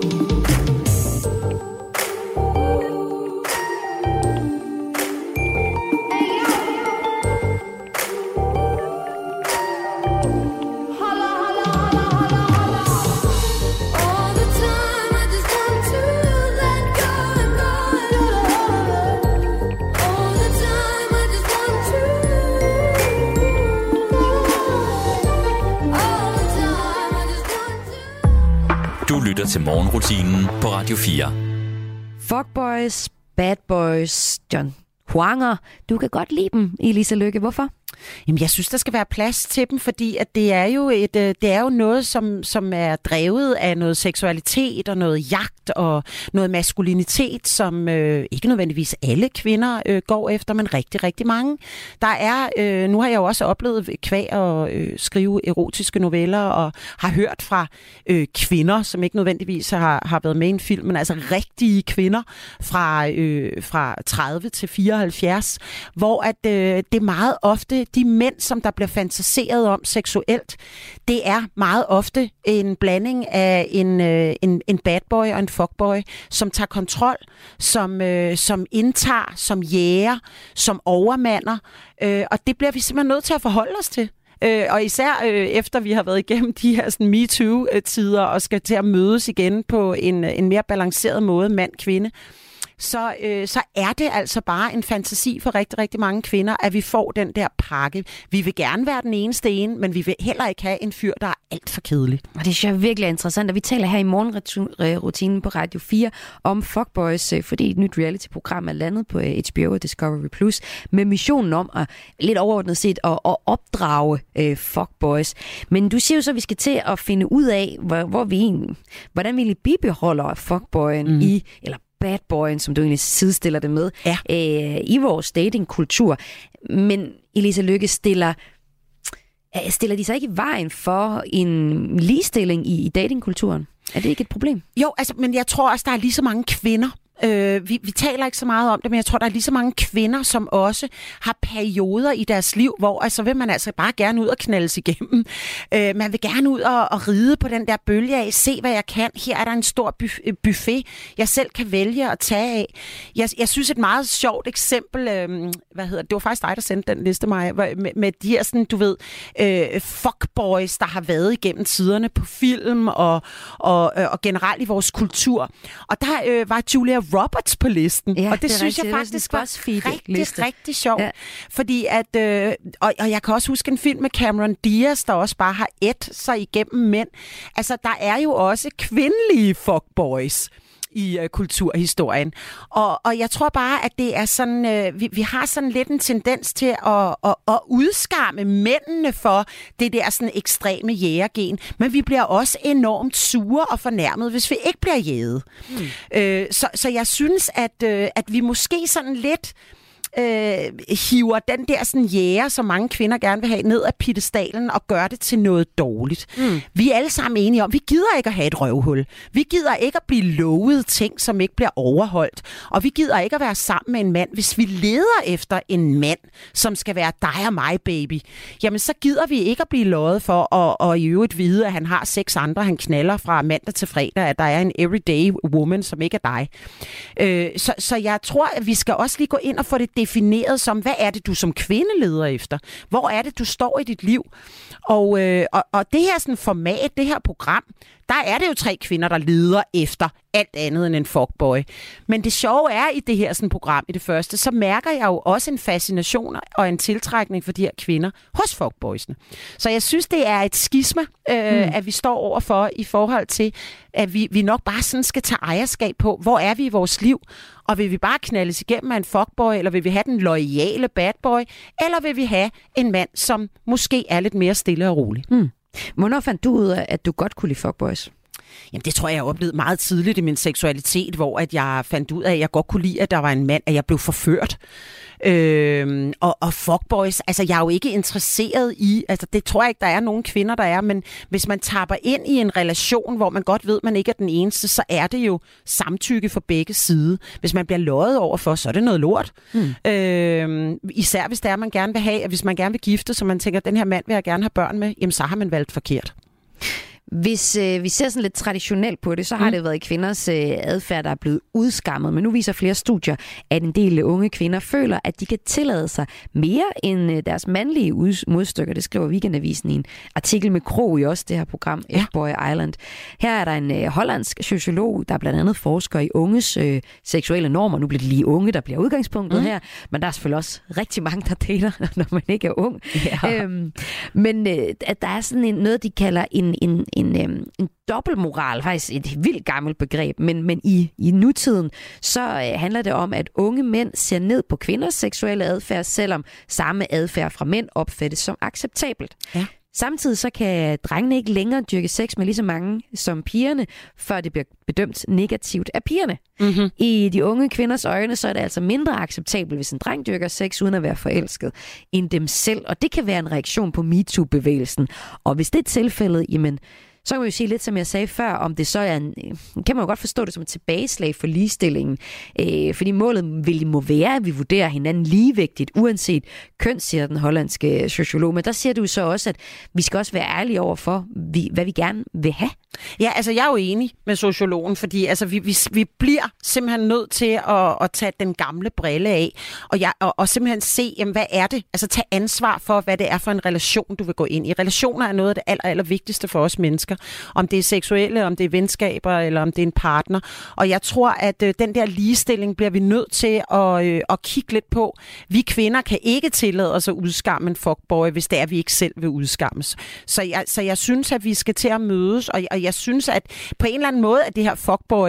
Du lytter til morgenrutinen på Radio 4. Fuckboys, bad boys, John Huanger. Du kan godt lide dem, Elisa Lykke. Hvorfor? Jamen, jeg synes, der skal være plads til dem, fordi at det er jo noget, som er drevet af noget seksualitet og noget jagt og noget maskulinitet, som ikke nødvendigvis alle kvinder går efter, men rigtig, rigtig mange. Der er, nu har jeg jo også oplevet kvæg at skrive erotiske noveller og har hørt fra kvinder, som ikke nødvendigvis har været med i en film, men altså rigtige kvinder fra 30 til 74, hvor at det meget ofte de mænd, som der bliver fantaseret om seksuelt, det er meget ofte en blanding af en bad boy og en fuckboy, som tager kontrol, som indtager, som jæger, som overmander, og det bliver vi simpelthen nødt til at forholde os til. Og især efter vi har været igennem de her sådan MeToo-tider og skal til at mødes igen på en mere balanceret måde, mand-kvinde, så er det altså bare en fantasi for rigtig, rigtig mange kvinder, at vi får den der pakke. Vi vil gerne være den eneste ene, men vi vil heller ikke have en fyr, der er alt for kedelig. Og det synes jeg virkelig er interessant, og vi taler her i morgenrutinen på Radio 4 om Fuckboys, fordi et nyt reality-program er landet på HBO og Discovery Plus med missionen om at lidt overordnet set at opdrage Fuckboys. Men du siger jo så, at vi skal til at finde ud af, hvordan vi bibeholder Fuckboyen eller bad boyen, som du egentlig sidestiller det med, i vores datingkultur. Men Elisa Lykke, stiller de sig ikke i vejen for en ligestilling i datingkulturen? Er det ikke et problem? Jo, altså, men jeg tror også, der er lige så mange kvinder. Vi taler ikke så meget om det, men jeg tror, der er lige så mange kvinder, som også har perioder i deres liv, hvor altså vil man altså bare gerne ud og knaldes igennem. Man vil gerne ud og ride på den der bølge af, se hvad jeg kan. Her er der en stor buffet, jeg selv kan vælge at tage af. Jeg synes et meget sjovt eksempel, det var faktisk dig, der sendte den liste, Maja, med de her sådan, du ved, fuckboys, der har været igennem tiderne på film og generelt i vores kultur. Og der var Julia Roberts på listen, og det synes jeg faktisk var rigtig sjovt. Ja. Fordi at, og jeg kan også huske en film med Cameron Diaz, der også bare har sig igennem mænd. Altså, der er jo også kvindelige fuckboys i kulturhistorien. Og jeg tror bare, at det er sådan, vi har sådan lidt en tendens til at udskamme mændene for det der sådan ekstreme jægergen, men vi bliver også enormt sure og fornærmet, hvis vi ikke bliver jæget. Så jeg synes, at vi måske sådan lidt hiver den der sådan jæger, som mange kvinder gerne vil have, ned af piedestalen og gør det til noget dårligt. Vi er alle sammen enige om, vi gider ikke at have et røvhul. Vi gider ikke at blive lovet ting, som ikke bliver overholdt. Og vi gider ikke at være sammen med en mand. Hvis vi leder efter en mand, som skal være dig og mig, baby, jamen så gider vi ikke at blive lovet for at i øvrigt vide, at han har 6 andre, han knaller fra mandag til fredag, at der er en everyday woman, som ikke er dig. Så jeg tror, at vi skal også lige gå ind og få det defineret som, hvad er det, du som kvinde leder efter? Hvor er det, du står i dit liv? Og det her sådan format, det her program, der er det jo 3 kvinder, der leder efter alt andet end en fuckboy. Men det sjove er i det her sådan program, i det første, så mærker jeg jo også en fascination og en tiltrækning for de her kvinder hos fuckboysene. Så jeg synes, det er et skisma, at vi står overfor i forhold til, at vi nok bare sådan skal tage ejerskab på, hvor er vi i vores liv, og vil vi bare knaldes igennem af en fuckboy, eller vil vi have den loyale bad boy, eller vil vi have en mand, som måske er lidt mere stille og rolig. Hvornår fandt du ud af, at du godt kunne lide fuckboys? Jamen, det tror jeg oplevede meget tidligt i min seksualitet, hvor at jeg fandt ud af, at jeg godt kunne lide, at der var en mand, at jeg blev forført. Og fuckboys, altså jeg er jo ikke interesseret i, altså det tror jeg ikke, der er nogen kvinder, der er, men hvis man tapper ind i en relation, hvor man godt ved, man ikke er den eneste, så er det jo samtykke for begge sider. Hvis man bliver løjet overfor, så er det noget lort. Især hvis det er, man gerne vil have, at hvis man gerne vil gifte, så man tænker, den her mand vil jeg gerne have børn med, jamen så har man valgt forkert. Hvis vi ser sådan lidt traditionelt på det, så har det været kvinders adfærd, der er blevet udskammet. Men nu viser flere studier, at en del unge kvinder føler, at de kan tillade sig mere end deres mandlige modstykker. Det skriver Weekendavisen i en artikel med Krog i også det her program, F-Boy Island. Her er der en hollandsk sociolog, der blandt andet forsker i unges seksuelle normer. Nu bliver det lige unge, der bliver udgangspunktet her, men der er selvfølgelig også rigtig mange, der deler, når man ikke er ung. Ja. Men at der er sådan noget, de kalder en dobbeltmoral, faktisk et vildt gammelt begreb, men i nutiden, så handler det om, at unge mænd ser ned på kvinders seksuelle adfærd, selvom samme adfærd fra mænd opfattes som acceptabelt. Ja. Samtidig så kan drengene ikke længere dyrke sex med lige så mange som pigerne, før det bliver bedømt negativt af pigerne. Mm-hmm. I de unge kvinders øjne, så er det altså mindre acceptabelt, hvis en dreng dyrker sex uden at være forelsket, end dem selv. Og det kan være en reaktion på MeToo-bevægelsen. Og hvis det er tilfældet, jamen, så kan man jo sige lidt, som jeg sagde før, om det så er kan man jo godt forstå det som et tilbageslag for ligestillingen. Fordi målet må være, at vi vurderer hinanden ligevægtigt, uanset køn, siger den hollandske sociolog. Men der siger du så også, at vi skal også være ærlige over for, hvad vi gerne vil have. Ja, altså jeg er jo enig med sociologen, fordi altså, vi bliver simpelthen nødt til at tage den gamle brille af, og simpelthen se, jamen, hvad er det? Altså tage ansvar for, hvad det er for en relation, du vil gå ind i. Relationer er noget af det aller vigtigste for os mennesker. Om det er seksuelle, om det er venskaber, eller om det er en partner. Og jeg tror, at den der ligestilling bliver vi nødt til at kigge lidt på. Vi kvinder kan ikke tillade os at udskamme en fuckboy, hvis det er, vi ikke selv vil udskammes. Så jeg synes, at vi skal til at mødes, og jeg synes, at på en eller anden måde, at det her fuckboy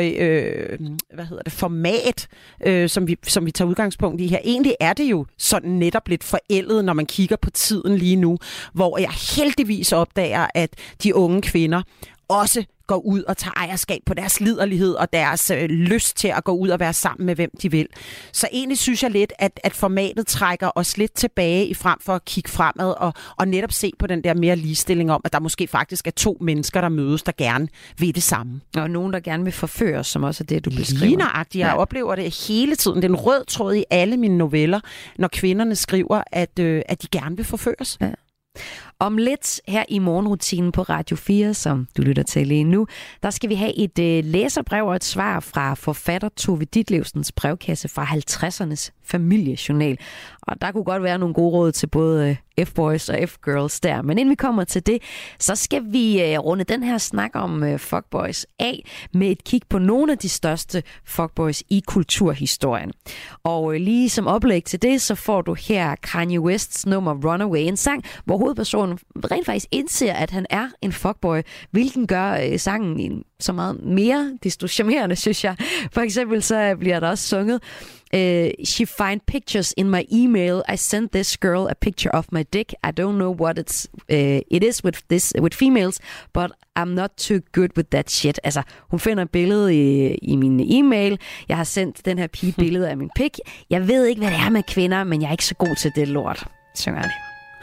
format, som vi tager udgangspunkt i her, egentlig er det jo sådan netop lidt forældet, når man kigger på tiden lige nu, hvor jeg heldigvis opdager, at de unge kvinder også går ud og tager ejerskab på deres liderlighed og deres lyst til at gå ud og være sammen med, hvem de vil. Så egentlig synes jeg lidt, at formatet trækker os lidt tilbage i frem for at kigge fremad og netop se på den der mere ligestilling om, at der måske faktisk er to mennesker, der mødes, der gerne vil det samme. Og nogen, der gerne vil forføres, som også er det, du beskriver. Ligneragtigt. Jeg oplever det hele tiden. Den rød tråd i alle mine noveller, når kvinderne skriver, at de gerne vil forføres. Ja. Om lidt her i morgenrutinen på Radio 4, som du lytter til lige nu, der skal vi have et læserbrev og et svar fra forfatter Tove Ditlevsens brevkasse fra 50'ernes familiejournal. Og der kunne godt være nogle gode råd til både F-boys og F-girls der. Men inden vi kommer til det, så skal vi runde den her snak om fuckboys af med et kig på nogle af de største fuckboys i kulturhistorien. Og lige som oplæg til det, så får du her Kanye Wests nummer Runaway, en sang, hvor hovedpersonen rent faktisk indser, at han er en fuckboy, hvilken gør sangen så meget mere desto charmerende, synes jeg. For eksempel så bliver der også sunget She find pictures in my email. I sent this girl a picture of my dick. I don't know what it is with females, but I'm not too good with that shit. Altså, hun finder et billede i min e-mail. Jeg har sendt den her pige billede af min pik. Jeg ved ikke, hvad det er med kvinder, men jeg er ikke så god til det lort. Synger han.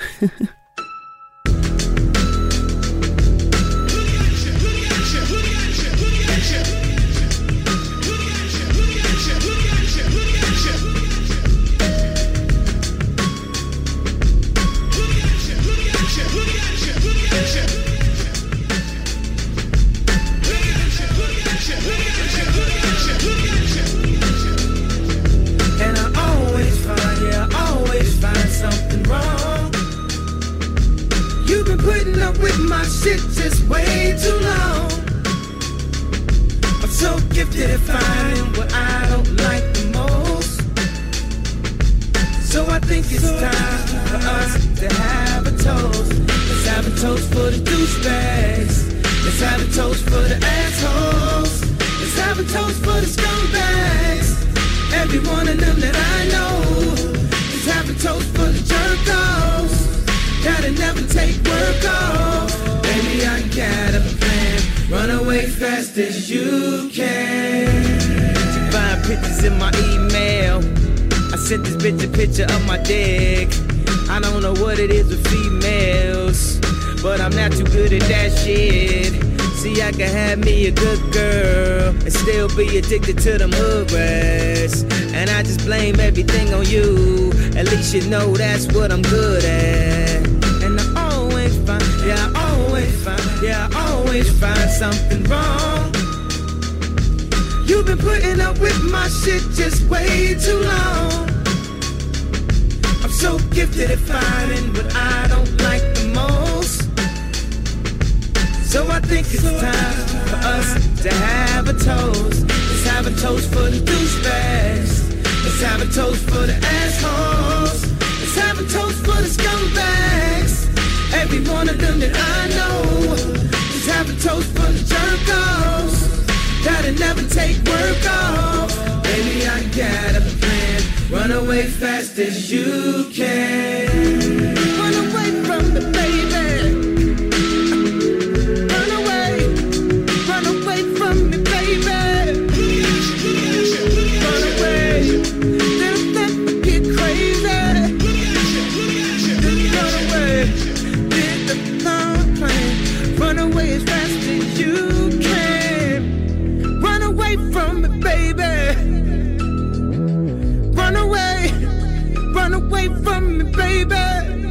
Putting up with my shit just way too long. I'm so gifted at finding what I don't like the most. So I think it's time for us to have a toast. Let's have a toast for the douchebags. Let's have a toast for the assholes. Let's have a toast for the scumbags. Every one of them that I know. Let's have a toast for the jerk-offs. Gotta never take work off. Baby, I got a plan. Run away fast as you can. You find pictures in my email. I sent this bitch a picture of my dick. I don't know what it is with females, but I'm not too good at that shit. See, I can have me a good girl and still be addicted to them hood rats. And I just blame everything on you. At least you know that's what I'm good at. And I always find, yeah, I always find something wrong. You've been putting up with my shit just way too long. I'm so gifted at finding what I don't like the most. So I think it's time for us to have a toast. Let's have a toast for the douchebags. Let's have a toast for the assholes. Let's have a toast for the scumbags. Every one of them that I know. Let's have a toast for the jerk-offs that'll never take work off. Baby, I got a plan. Run away fast as you can. Run away from the baby. Run away from me, baby. Run away. Then let me get crazy. Run away. Did the plan. Run away as fast as you can. Run away from me, baby. Run away from me, baby.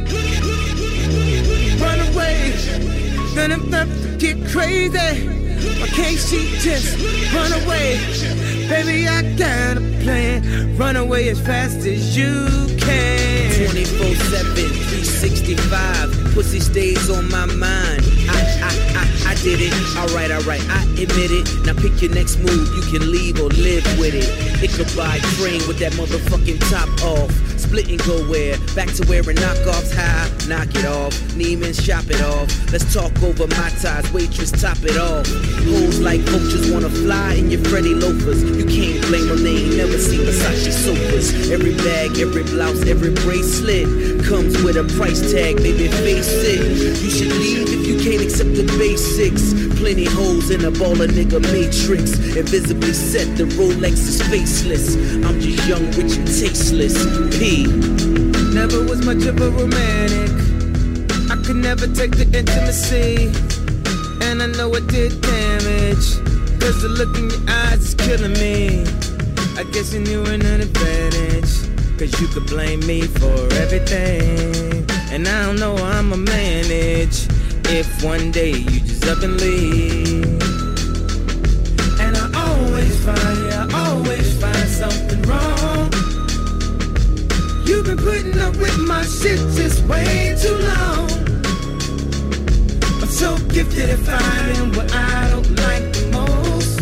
Run away. Then I'm not to get crazy. Why can't she just run away? Baby, I got a plan. Run away as fast as you can. 24/7, 365. Pussy stays on my mind. I did it. Alright, I admit it. Now pick your next move. You can leave or live with it. Ichabod Crane with that motherfucking top off. Split and go where? Back to wearing knockoffs high. Knock it off. Neiman, shop it off. Let's talk over my ties. Waitress, top it off. Hoes like vultures wanna fly in your Freddy loafers. You can't blame them. They ain't never seen Versace sofas. Every bag, every blouse, every bracelet comes with a price tag. Baby, face it. You should leave if you can't accept the basics. Plenty holes in a baller nigga matrix. Invisibly set, the Rolex is faceless. I'm just young, rich and tasteless. P. Never was much of a romantic. I could never take the intimacy. And I know it did damage. Cause the look in your eyes is killing me. I guess you knew an advantage. Cause you could blame me for everything. And I don't know how I'ma manage if one day you just up and leave. And I always find something wrong. You've been putting up with my shit just way too long. I'm so gifted at finding what I don't like the most.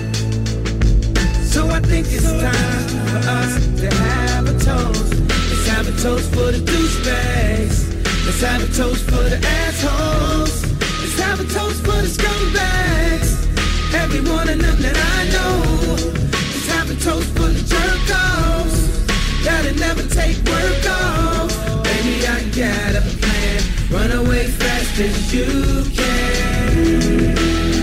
So I think it's time for us to have a toast. Let's have a toast for the douchebags. Let's have a toast for the assholes. Let's have a toast for the scumbags. Every one of them that I know. Let's have a toast for the jerk-offs that'll never take work off. Baby, I got a plan. Run away fast as you can.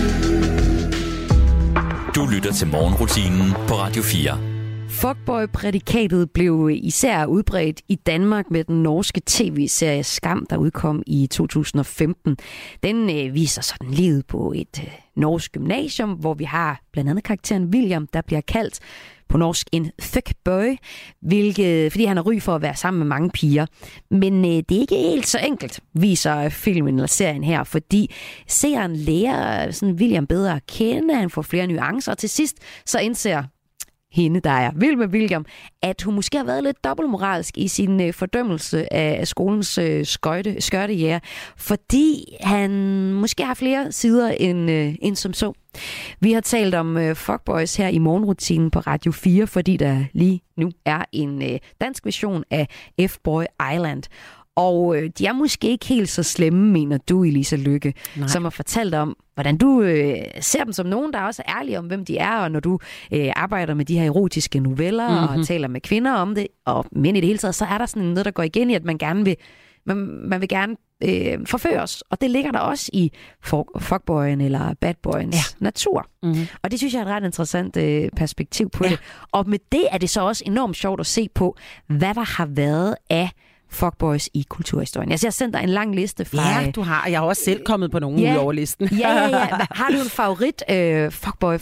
Du lytter til morgenrutinen på Radio 4. Fuckboy-prædikatet blev især udbredt i Danmark med den norske tv-serie Skam, der udkom i 2015. Den viser sådan livet på et norsk gymnasium, hvor vi har blandt andet karakteren William, der bliver kaldt på norsk en fuckboy, fordi han er ry for at være sammen med mange piger. Men det er ikke helt så enkelt, viser filmen eller serien her, fordi seeren lærer sådan William bedre at kende, han får flere nuancer, og til sidst så indser hende, der er vild med William, at hun måske har været lidt dobbeltmoralsk i sin fordømmelse af skolens skørtejæger, fordi han måske har flere sider end som så. Vi har talt om fuckboys her i morgenrutinen på Radio 4, fordi der lige nu er en dansk version af F-Boy Island. Og de er måske ikke helt så slemme, mener du, Elisa Lykke, som har fortalt om, hvordan du ser dem som nogen, der også er ærlige om, hvem de er, og når du arbejder med de her erotiske noveller og taler med kvinder om det, og mænd i det hele taget, så er der sådan noget, der går igen i, at man vil gerne forføres. Og det ligger der også i fuckboyen eller badboyens natur. Mm-hmm. Og det synes jeg er et ret interessant perspektiv på det. Og med det er det så også enormt sjovt at se på, hvad der har været af fuckboys i kulturhistorien. Jeg har sendt dig en lang liste fra... Ja, du har. Jeg har også selv kommet på nogen ud over listen. Ja. Har du en favorit fuckboy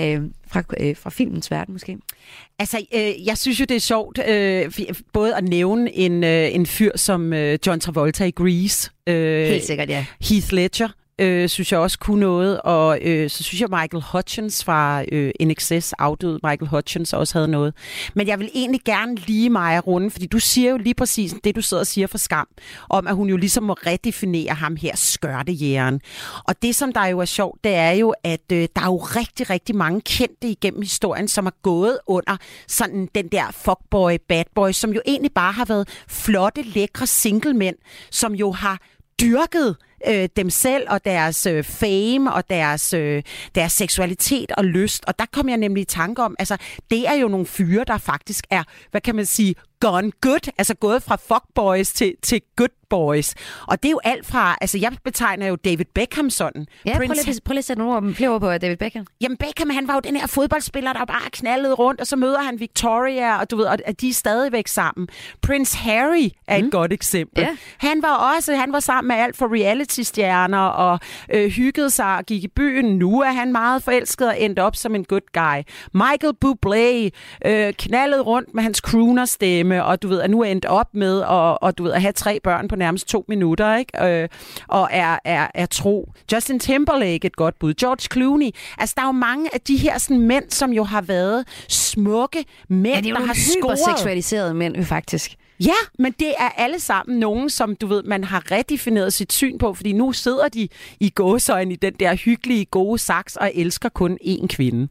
fra filmens verden, måske? Altså, jeg synes jo, det er sjovt både at nævne en fyr som John Travolta i Grease. Helt sikkert, ja. Heath Ledger. Synes jeg også kunne noget, og så synes jeg Michael Hutchins fra NXS, afdøde Michael Hutchins, også havde noget. Men jeg vil egentlig gerne lige Maja runde, fordi du siger jo lige præcis det, du sidder og siger for Skam, om at hun jo ligesom må redefinere ham her, skørtejægeren. Og det, som der jo er sjovt, det er jo, at der er jo rigtig, rigtig mange kendte igennem historien, som har gået under sådan den der fuckboy, badboy, som jo egentlig bare har været flotte, lækre singlemænd, som jo har dyrket dem selv og deres fame og deres seksualitet og lyst. Og der kom jeg nemlig i tanke om, altså det er jo nogle fyre, der faktisk er, hvad kan man sige, gone good, altså gået fra fuckboys til good boys. Og det er jo alt fra, altså jeg betegner jo David Beckham sådan. Ja, prøv lige at sætte nogle flere ord på David Beckham. Jamen Beckham, han var jo den her fodboldspiller, der bare knaldede rundt, og så møder han Victoria, og du ved, og de er stadigvæk sammen. Prince Harry er et godt eksempel. Ja. Han var sammen med alt for reality-stjerner, og hyggede sig og gik i byen. Nu er han meget forelsket og endte op som en good guy. Michael Bublé knaldede rundt med hans crooner-stemme, og du ved, at nu er endt op med at have 3 børn på nærmest 2 minutter, ikke? Og er tro. Justin Timberlake, et godt bud. George Clooney. Altså, der er jo mange af de her sådan, mænd, som jo har været smukke mænd, der har scoret. Hyperseksualiserede mænd, faktisk. Ja, men det er alle sammen nogen, som du ved, man har redefineret sit syn på, fordi nu sidder de i gåseøjne i den der hyggelige, gode saks, og elsker kun én kvinde.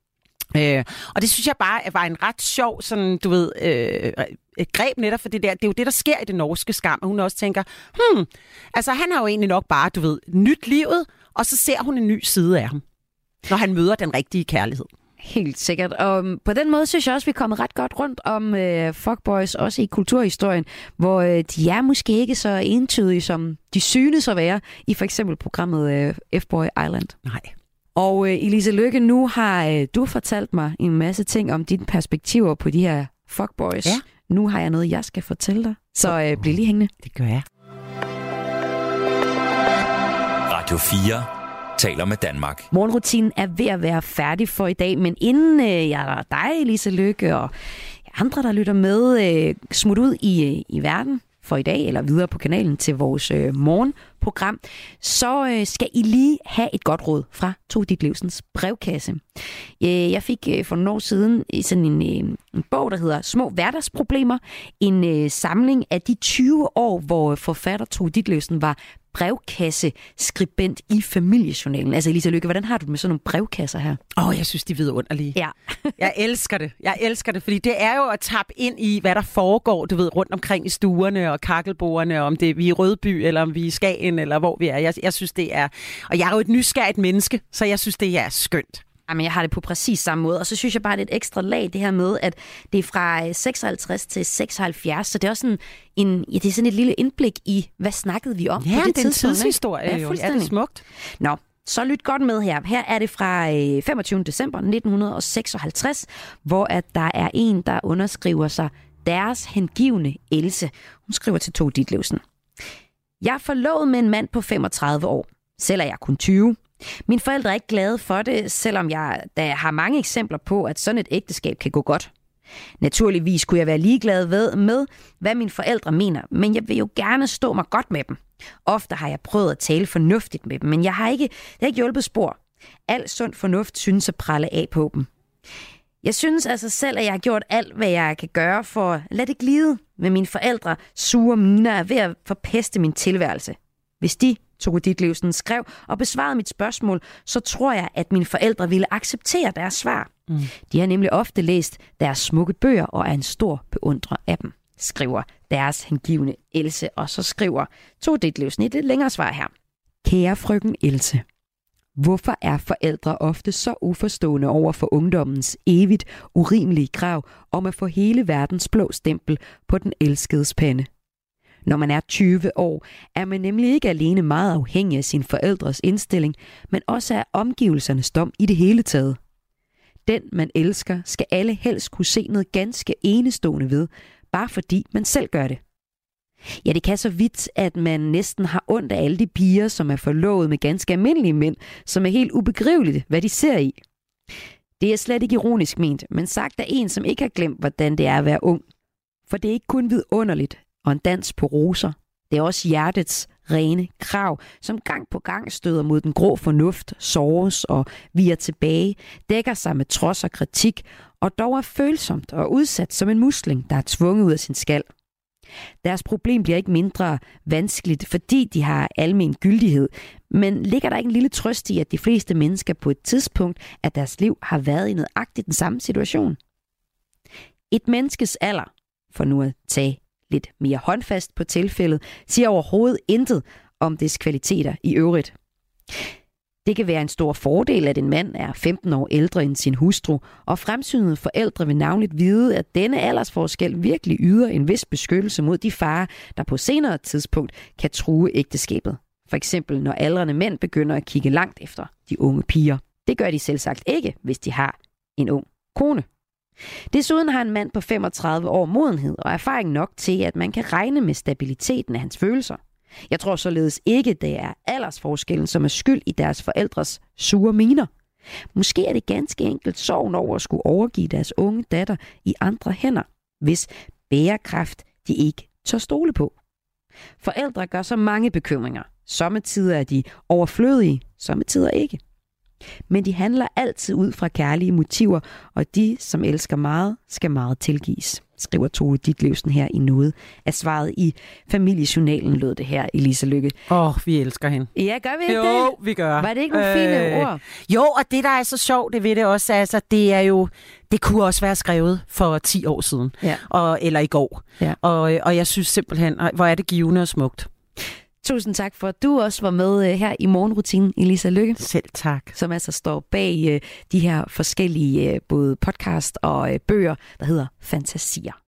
Og det synes jeg bare var en ret sjov, sådan, du ved, et greb netop for det der. Det er jo det, der sker i det norske Skam, og hun også tænker, altså han har jo egentlig nok bare, du ved, nyt livet, og så ser hun en ny side af ham, når han møder den rigtige kærlighed. Helt sikkert. Og på den måde synes jeg også, vi er kommet ret godt rundt om fuckboys, også i kulturhistorien, hvor de er måske ikke så entydige, som de synes at være i for eksempel programmet F-Boy Island. Nej. Og Elise Lykke, nu har du fortalt mig en masse ting om dine perspektiver på de her fuckboys. Ja. Nu har jeg noget, jeg skal fortælle dig. Så bliv lige hængende. Det gør jeg. Radio 4 taler med Danmark. Morgenrutinen er ved at være færdig for i dag, men inden jeg og dig, Elise Lykke, og andre, der lytter med, smut ud i verden for i dag, eller videre på kanalen til vores morgenprogram, så skal I lige have et godt råd fra Tove Ditlevsens brevkasse. Jeg fik for nogle år siden sådan en bog, der hedder Små hverdagsproblemer. En samling af de 20 år, hvor forfatter Tove Ditlevsen var brevkasseskribent i Familiejournalen. Altså Elisa Lykke, hvordan har du det med sådan nogle brevkasser her? Jeg synes, de er vidunderlige. Ja. Jeg elsker det, fordi det er jo at tappe ind i, hvad der foregår, du ved, rundt omkring i stuerne og kakkelbordene, om det er vi i Rødby, eller om vi er i Skagen, eller hvor vi er. Jeg synes, det er... Og jeg er jo et nysgerrigt menneske, så jeg synes, det er skønt. Jamen, jeg har det på præcis samme måde. Og så synes jeg bare, det er et ekstra lag, det her med, at det er fra 56 til 76. Så det er også det er sådan et lille indblik i, hvad snakkede vi om på det tidspunkt. Ja, det er en tidshistorie jo. Ja, det er smukt. Nå, så lyt godt med her. Her er det fra 25. december 1956, hvor at der er en, der underskriver sig deres hengivne Else. Hun skriver til Tove Ditlevsen. Jeg er forlovet med en mand på 35 år. Selv er jeg kun 20. Mine forældre er ikke glade for det, selvom jeg har mange eksempler på, at sådan et ægteskab kan gå godt. Naturligvis kunne jeg være ligeglad med, hvad mine forældre mener, men jeg vil jo gerne stå mig godt med dem. Ofte har jeg prøvet at tale fornuftigt med dem, men det har ikke hjulpet spor. Al sund fornuft synes at prelle af på dem. Jeg synes altså selv, at jeg har gjort alt, hvad jeg kan gøre for at lade det glide, med mine forældre sure miner er ved at forpeste min tilværelse. Hvis de, Tove Ditlevsen, skrev og besvarede mit spørgsmål, så tror jeg, at mine forældre ville acceptere deres svar. De har nemlig ofte læst deres smukke bøger og er en stor beundrer af dem, skriver deres hengivne Else. Og så skriver Tove Ditlevsen et lidt længere svar her. Kære frøken Else, hvorfor er forældre ofte så uforstående over for ungdommens evigt urimelige krav om at få hele verdens blå stempel på den elskedes pande? Når man er 20 år, er man nemlig ikke alene meget afhængig af sine forældres indstilling, men også af omgivelsernes dom i det hele taget. Den, man elsker, skal alle helst kunne se noget ganske enestående ved, bare fordi man selv gør det. Ja, det kan så vidt, at man næsten har ondt af alle de piger, som er forlovet med ganske almindelige mænd, som er helt ubegriveligt, hvad de ser i. Det er slet ikke ironisk ment, men sagt af en, som ikke har glemt, hvordan det er at være ung. For det er ikke kun vidunderligt og en dans på roser. Det er også hjertets rene krav, som gang på gang støder mod den grå fornuft, såres og viger tilbage, dækker sig med trods og kritik, og dog er følsomt og udsat som en musling, der er tvunget ud af sin skal. Deres problem bliver ikke mindre vanskeligt, fordi de har almen gyldighed, men ligger der ikke en lille trøst i, at de fleste mennesker på et tidspunkt af deres liv har været i nøjagtigt den samme situation? Et menneskes alder, for nu at tage lidt mere håndfast på tilfældet, siger overhovedet intet om dets kvaliteter i øvrigt. Det kan være en stor fordel, at en mand er 15 år ældre end sin hustru, og fremsynede forældre vil navnligt vide, at denne aldersforskel virkelig yder en vis beskyttelse mod de farer, der på senere tidspunkt kan true ægteskabet. For eksempel når aldrende mænd begynder at kigge langt efter de unge piger. Det gør de selvsagt ikke, hvis de har en ung kone. Desuden har en mand på 35 år modenhed og erfaring nok til, at man kan regne med stabiliteten af hans følelser. Jeg tror således ikke, det er aldersforskellen, som er skyld i deres forældres sure miner. Måske er det ganske enkelt sorgen over at skulle overgive deres unge datter i andre hænder, hvis bærekraft de ikke tør stole på. Forældre gør så mange bekymringer. Sommetider er de overflødige, sommetider ikke. Men de handler altid ud fra kærlige motiver, og de, som elsker meget, skal meget tilgives, skriver Tove Ditlevsen her i noget af svaret i Familiejournalen, lød det her, Elisa Lykke. Vi elsker hende. Ja, gør vi ikke det? Jo, vi gør. Var det ikke nogle fine ord? Jo, og det, der er så sjovt, det ved det også, altså, det er jo, det kunne også være skrevet for 10 år siden, eller i går. Ja. Og jeg synes simpelthen, hvor er det givende og smukt. Tusind tak for, at du også var med her i morgenrutinen, Elisa Lykke. Selv tak. Som altså står bag de her forskellige både podcast og bøger, der hedder Fantasier.